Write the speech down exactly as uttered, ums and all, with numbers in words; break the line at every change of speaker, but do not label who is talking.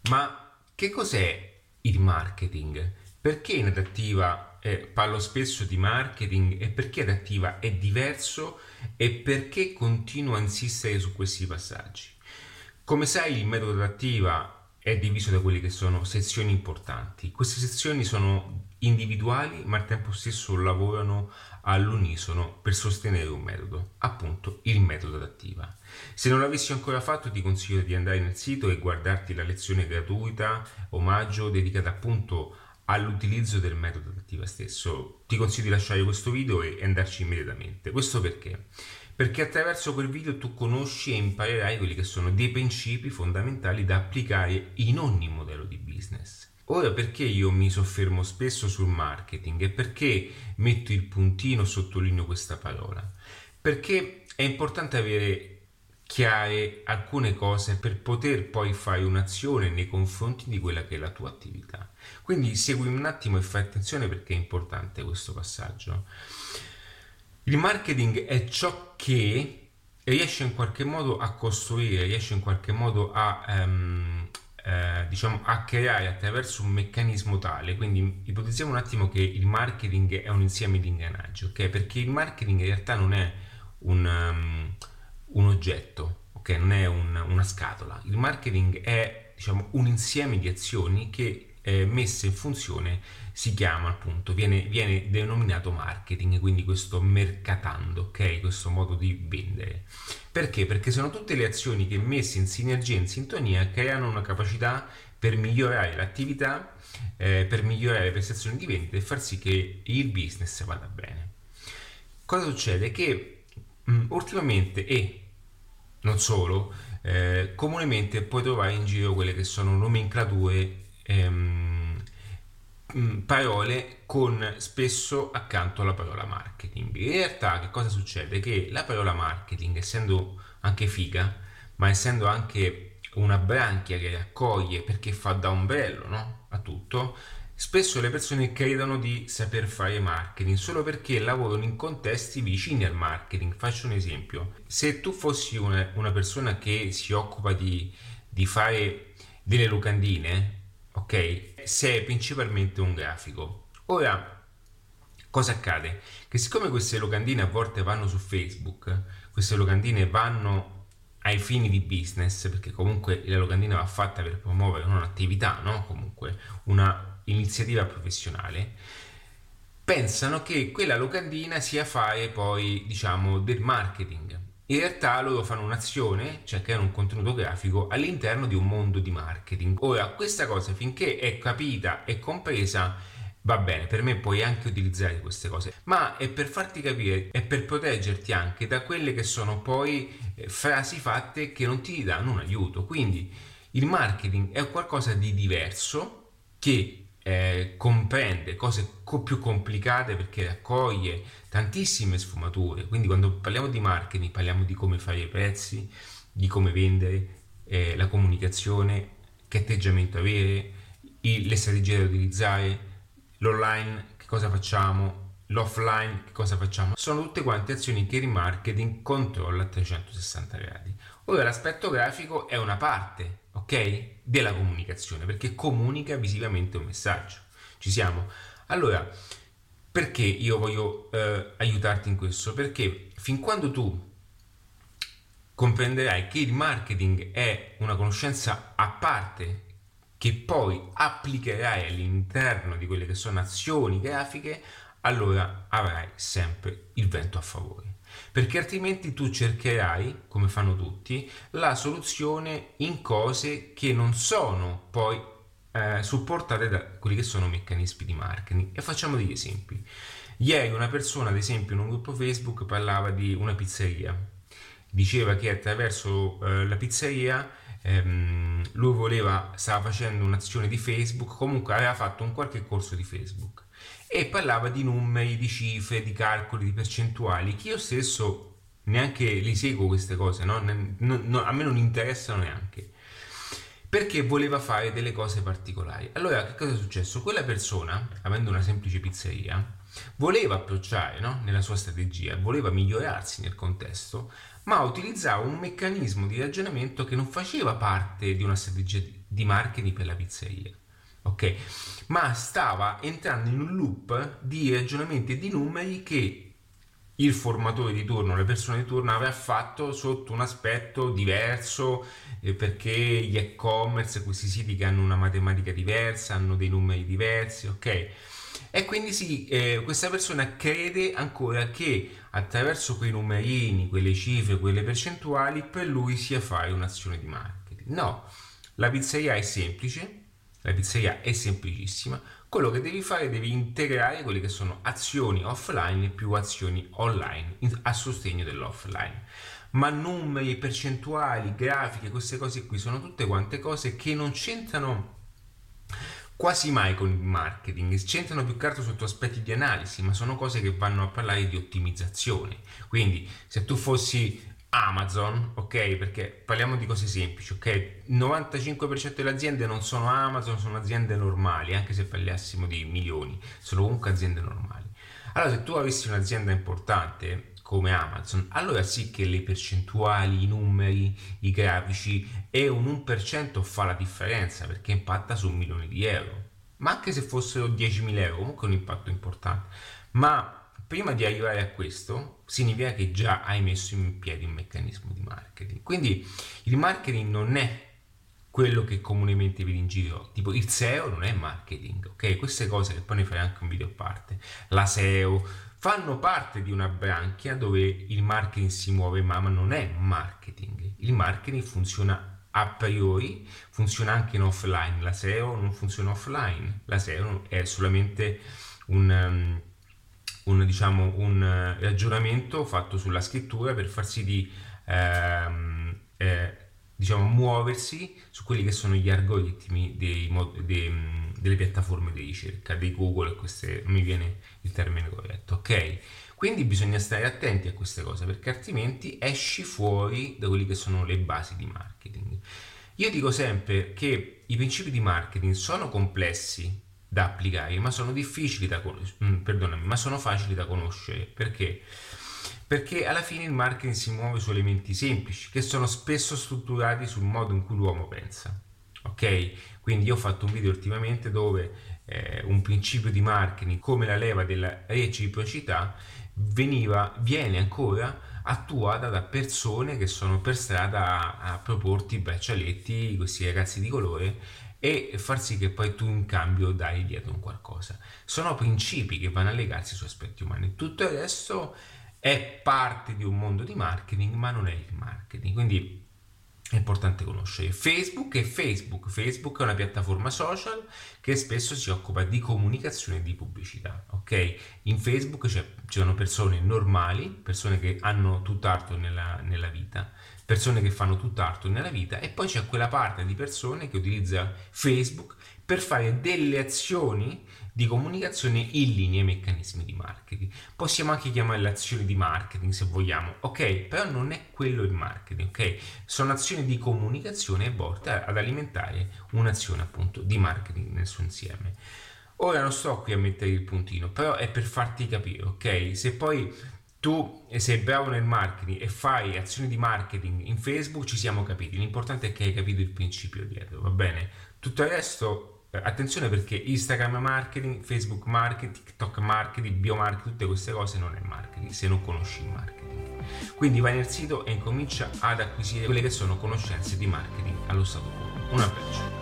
Ma che cos'è il marketing? Perché in Adattiva eh, parlo spesso di marketing e perché Adattiva è diverso e perché continuo a insistere su questi passaggi? Come sai, il metodo Adattiva è diviso da quelle che sono sezioni importanti. Queste sezioni sono individuali, ma al tempo stesso lavorano all'unisono per sostenere un metodo, appunto il metodo Adattiva. Se non l'avessi ancora fatto, ti consiglio di andare nel sito e guardarti la lezione gratuita omaggio dedicata appunto all'utilizzo del metodo Adattiva stesso. Ti consiglio di lasciare questo video e andarci immediatamente. Questo perché? Perché attraverso quel video tu conosci e imparerai quelli che sono dei principi fondamentali da applicare in ogni modello di business. Ora, perché io mi soffermo spesso sul marketing e perché metto il puntino, sottolineo questa parola? Perché è importante avere chiare alcune cose per poter poi fare un'azione nei confronti di quella che è la tua attività. Quindi segui un attimo e fai attenzione perché è importante questo passaggio. Il marketing è ciò che riesce in qualche modo a costruire, riesce in qualche modo a, um, eh, diciamo, a creare attraverso un meccanismo tale. Quindi ipotizziamo un attimo che il marketing è un insieme di ingranaggi, ok? Perché il marketing in realtà non è un, um, un oggetto, ok? Non è un, una scatola. Il marketing è, diciamo, un insieme di azioni che eh, messe in funzione si chiama appunto, viene, viene denominato marketing, quindi questo mercatando, ok? Questo modo di vendere. Perché? Perché sono tutte le azioni che messe in sinergia, in sintonia, creano una capacità per migliorare l'attività, eh, per migliorare le prestazioni di vendita e far sì che il business vada bene. Cosa succede? Che mh, ultimamente e non solo, eh, comunemente puoi trovare in giro quelle che sono nomenclature, ehm, parole con spesso accanto alla parola marketing. In realtà che cosa succede? Che la parola marketing, essendo anche figa, ma essendo anche una branchia che raccoglie perché fa da ombrello, no? A tutto, spesso le persone credono di saper fare marketing solo perché lavorano in contesti vicini al marketing. Faccio un esempio: se tu fossi una, una persona che si occupa di, di fare delle locandine, ok? Sei principalmente un grafico. Ora, cosa accade? Che siccome queste locandine a volte vanno su Facebook, queste locandine vanno ai fini di business, perché comunque la locandina va fatta per promuovere un'attività, no? Comunque una iniziativa professionale, pensano che quella locandina sia fare poi, diciamo, del marketing. In realtà loro fanno un'azione, cioè creano un contenuto grafico all'interno di un mondo di marketing. Ora, questa cosa finché è capita e compresa va bene, per me puoi anche utilizzare queste cose, ma è per farti capire, è per proteggerti anche da quelle che sono poi eh, frasi fatte che non ti danno un aiuto. Quindi il marketing è qualcosa di diverso che eh, comprende cose co- più complicate perché raccoglie tantissime sfumature. Quindi quando parliamo di marketing parliamo di come fare i prezzi, di come vendere, eh, la comunicazione, che atteggiamento avere, i, le strategie da utilizzare, l'online, che cosa facciamo, l'offline, che cosa facciamo. Sono tutte quante azioni che il marketing controlla a trecentosessanta gradi. Ora, l'aspetto grafico è una parte, ok, della comunicazione, perché comunica visivamente un messaggio. Ci siamo? Allora, perché io voglio eh, aiutarti in questo? Perché fin quando tu comprenderai che il marketing è una conoscenza a parte che poi applicherai all'interno di quelle che sono azioni grafiche, allora avrai sempre il vento a favore. Perché altrimenti tu cercherai, come fanno tutti, la soluzione in cose che non sono poi eh, supportate da quelli che sono meccanismi di marketing. E facciamo degli esempi. Ieri una persona, ad esempio, in un gruppo Facebook parlava di una pizzeria. Diceva che attraverso eh, la pizzeria ehm, lui voleva, stava facendo un'azione di Facebook, comunque aveva fatto un qualche corso di Facebook e parlava di numeri, di cifre, di calcoli, di percentuali che io stesso neanche li seguo queste cose, no? Ne- no- no, a me non interessano neanche, perché voleva fare delle cose particolari. Allora che cosa è successo? Quella persona, avendo una semplice pizzeria, voleva approcciare, no? Nella sua strategia, voleva migliorarsi nel contesto, ma utilizzava un meccanismo di ragionamento che non faceva parte di una strategia di marketing per la pizzeria, ok? Ma stava entrando in un loop di ragionamenti e di numeri che il formatore di turno, le persone di turno aveva fatto sotto un aspetto diverso, eh, perché gli e-commerce, questi siti che hanno una matematica diversa, hanno dei numeri diversi, ok? E quindi sì, eh, questa persona crede ancora che attraverso quei numerini, quelle cifre, quelle percentuali, per lui sia fare un'azione di marketing. No, la pizzeria è semplice, la pizzeria è semplicissima. Quello che devi fare, devi integrare quelle che sono azioni offline più azioni online in- a sostegno dell'offline. Ma numeri, percentuali, grafiche, queste cose qui sono tutte quante cose che non c'entrano quasi mai con il marketing, c'entrano più che altro sotto aspetti di analisi, ma sono cose che vanno a parlare di ottimizzazione. Quindi se tu fossi Amazon, ok, perché parliamo di cose semplici, ok, il novantacinque per cento delle aziende non sono Amazon, sono aziende normali, anche se parliamo di milioni, sono comunque aziende normali. Allora se tu avessi un'azienda importante come Amazon, allora sì che le percentuali, i numeri, i grafici e un uno per cento fa la differenza, perché impatta su un milione di euro. Ma anche se fossero diecimila euro, comunque è un impatto importante. Ma prima di arrivare a questo, significa che già hai messo in piedi un meccanismo di marketing. Quindi il marketing non è quello che comunemente vedi in giro, tipo il S E O non è marketing, ok? Queste cose, che poi ne farei anche un video a parte, la S E O, fanno parte di una branchia dove il marketing si muove, ma non è marketing. Il marketing funziona a priori, funziona anche in offline, la S E O non funziona offline, la S E O è solamente un... Um, un, diciamo, un ragionamento fatto sulla scrittura per far sì di ehm, eh, diciamo, muoversi su quelli che sono gli algoritmi dei, dei, delle piattaforme di ricerca, dei Google e queste, non mi viene il termine corretto, ok? Quindi bisogna stare attenti a queste cose, perché altrimenti esci fuori da quelli che sono le basi di marketing. Io dico sempre che i principi di marketing sono complessi da applicare, ma sono difficili da conoscere, perdonami, ma sono facili da conoscere. Perché? Perché alla fine il marketing si muove su elementi semplici che sono spesso strutturati sul modo in cui l'uomo pensa. Ok? Quindi io ho fatto un video ultimamente dove eh, un principio di marketing come la leva della reciprocità veniva, viene ancora attuata da persone che sono per strada a, a proporti braccialetti, questi ragazzi di colore, e far sì che poi tu in cambio dai dietro un qualcosa. Sono principi che vanno a legarsi su aspetti umani. Tutto il resto è parte di un mondo di marketing, ma non è il marketing. Quindi è importante conoscere Facebook e Facebook. Facebook è una piattaforma social che spesso si occupa di comunicazione e di pubblicità, ok? In Facebook c'è, ci sono persone normali, persone che hanno tutt'altro nella, nella vita, persone che fanno tutt'altro nella vita, e poi c'è quella parte di persone che utilizza Facebook per fare delle azioni di comunicazione in linea ai meccanismi di marketing. Possiamo anche chiamarle azioni di marketing se vogliamo, ok? Però non è quello il marketing, ok? Sono azioni di comunicazione volte ad alimentare un'azione appunto di marketing nel suo insieme. Ora non sto qui a mettere il puntino, però è per farti capire, ok? Se poi tu sei bravo nel marketing e fai azioni di marketing in Facebook, ci siamo capiti. L'importante è che hai capito il principio dietro, va bene? Tutto il resto, attenzione, perché Instagram marketing, Facebook marketing, TikTok marketing, biomarketing, tutte queste cose non è marketing se non conosci il marketing. Quindi vai nel sito e incomincia ad acquisire quelle che sono conoscenze di marketing allo stato puro. Un abbraccio.